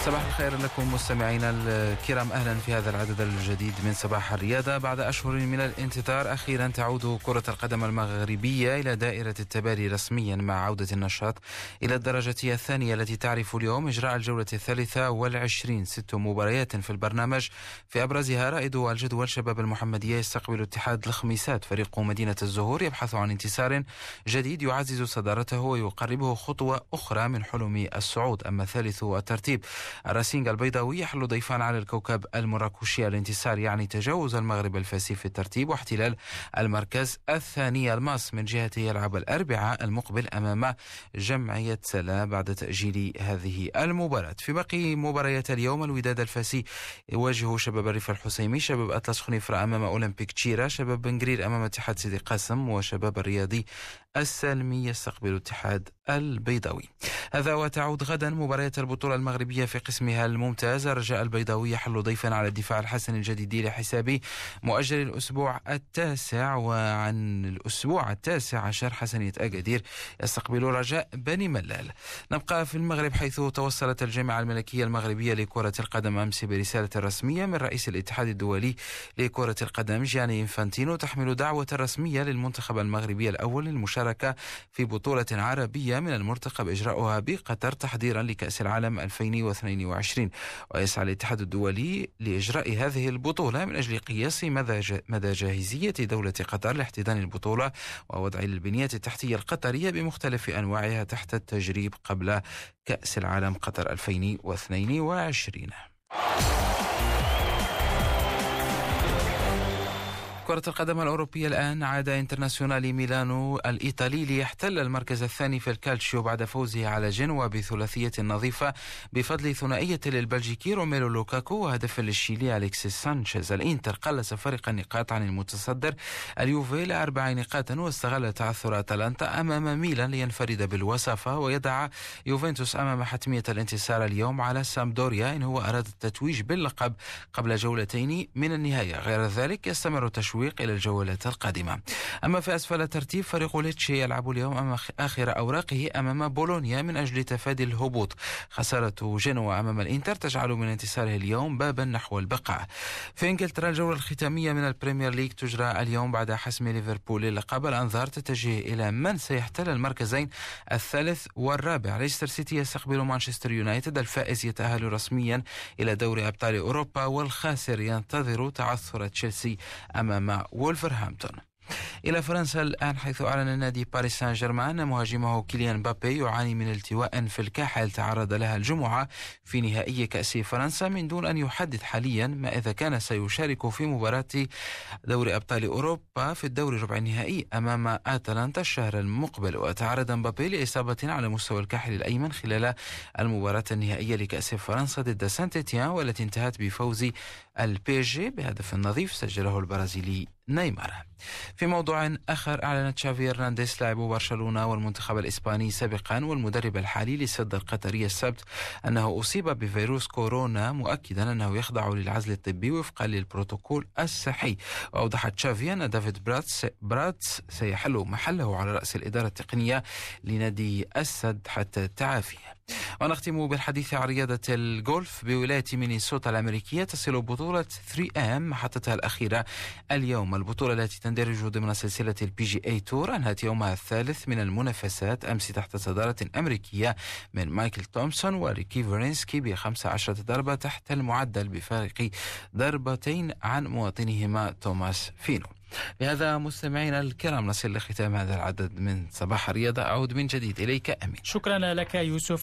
صباح الخير لكم مستمعينا الكرام، أهلا في هذا العدد الجديد من صباح الرياضة. بعد أشهر من الانتظار أخيرا تعود كرة القدم المغربية إلى دائرة التباري رسميا مع عودة النشاط إلى الدرجة الثانية التي تعرف اليوم إجراء الجولة 23. 6 مباريات في البرنامج، في أبرزها رائد الجدول شباب المحمدية يستقبل اتحاد الخميسات. فريق مدينة الزهور يبحث عن انتصار جديد يعزز صدارته ويقربه خطوة أخرى من حلم الصعود. أما ثالث الترتيب الراسينغ البيضاوي يحل ضيفا على الكوكب المراكشي. الانتصار يعني تجاوز المغرب الفاسي في الترتيب واحتلال المركز الثاني. الماس من جهته يلعب الأربعاء المقبل أمام جمعية سلام بعد تأجيل هذه المباراة. في باقي مباريات اليوم، الوداد الفاسي يواجه شباب الريف الحسيمي، شباب أطلس خنيفرة أمام أولمبيك تشيرا، شباب بنغرير أمام اتحاد سيدي قاسم، وشباب الرياضي السالمي يستقبل اتحاد البيضاوي. هذا وتعود غدا مباريات البطولة المغربية في قسمها الممتاز. الرجاء البيضاوي يحل ضيفا على الدفاع الحسن الجديدي لحساب مؤجل الأسبوع التاسع، وعن الأسبوع 19 حسنية أكادير يستقبل رجاء بني ملال. نبقى في المغرب، حيث توصلت الجامعة الملكية المغربية لكرة القدم أمس برسالة رسمية من رئيس الاتحاد الدولي لكرة القدم جياني إنفانتينو تحمل دعوة رسمية للمنتخب المغربي الأول للمشاركة في بطولة عربية من المرتقب إجراؤها بقطر تحضيرا لكأس العالم 2022. ويسعى الاتحاد الدولي لإجراء هذه البطولة من أجل قياس مدى جاهزية دولة قطر لاحتضان البطولة ووضع البنية التحتية القطرية بمختلف أنواعها تحت التجريب قبل كأس العالم قطر 2022. كرة القدم الأوروبية الآن، عاد انترناسيونالي ميلانو الإيطالي ليحتل المركز الثاني في الكالتشيو بعد فوزه على جنوا بثلاثية نظيفة بفضل ثنائية للبلجيكي روميلو لوكاكو وهدف للشيلي أليكسيس سانشيز. الإنتر قلص فارق النقاط عن المتصدر اليوفي ل4 نقاط، واستغل تعثر أتلانتا أمام ميلان لينفرد بالوصافة ويدع يوفنتوس أمام حتمية الانتصار اليوم على سامدوريا إن هو أراد التتويج باللقب قبل جولتين من النهاية. غير ذلك يستمر التشويق إلى الجولات القادمة. أما في أسفل الترتيب، فريق ليتشي يلعب اليوم آخر أوراقه أمام بولونيا من أجل تفادي الهبوط. خسارة جنوا أمام الإنتر تجعل من انتصاره اليوم بابا نحو البقاء. في إنجلترا، الجولة الختامية من البريمير ليج تجرى اليوم بعد حسم ليفربول اللقب. الأنظار تتجه إلى من سيحتل المركزين الثالث والرابع. ليستر سيتي يستقبل مانشستر يونايتد، الفائز يتأهل رسميا إلى دوري أبطال أوروبا، والخاسر ينتظر تعثر تشيلسي أمام وولفرهامبتون. إلى فرنسا الآن، حيث أعلن نادي باريس سان جيرمان مهاجمه كيليان مبابي يعاني من التواء في الكاحل تعرض لها الجمعة في نهائي كأس فرنسا، من دون أن يحدد حاليا ما إذا كان سيشارك في مباراة دوري أبطال أوروبا في الدور ربع النهائي أمام أتلانتا الشهر المقبل. وتعرض مبابي لإصابة على مستوى الكاحل الأيمن خلال المباراة النهائية لكأس فرنسا ضد سانت إتيان، والتي انتهت بفوز البي جي بهدف نظيف سجله البرازيلي نيمار. في موضوع آخر، أعلن تشافي هرنانديز لاعب برشلونة والمنتخب الإسباني سابقا والمدرب الحالي للسد القطري السبت أنه أصيب بفيروس كورونا، مؤكدا أنه يخضع للعزل الطبي وفقا للبروتوكول الصحي. وأوضح تشافي أن دافيد براتس سيحل محله على رأس الإدارة التقنية لنادي السد حتى التعافي. ونختم بالحديث عن رياضة الجولف. بولاية مينيسوتا الأمريكية تصل بطولة 3M محطتها الأخيرة اليوم. البطولة التي تندرج ضمن سلسلة PGA تور أنهت يومها الثالث من المنافسات أمس تحت صدارة أمريكية من مايكل تومسون وريكي فيرينسكي ب15 ضربة تحت المعدل بفارق ضربتين عن مواطنهما توماس فينو. بهذا مستمعينا الكرام نصل لختام هذا العدد من صباح الرياضة. أعود من جديد إليك أمين. شكرا لك يوسف.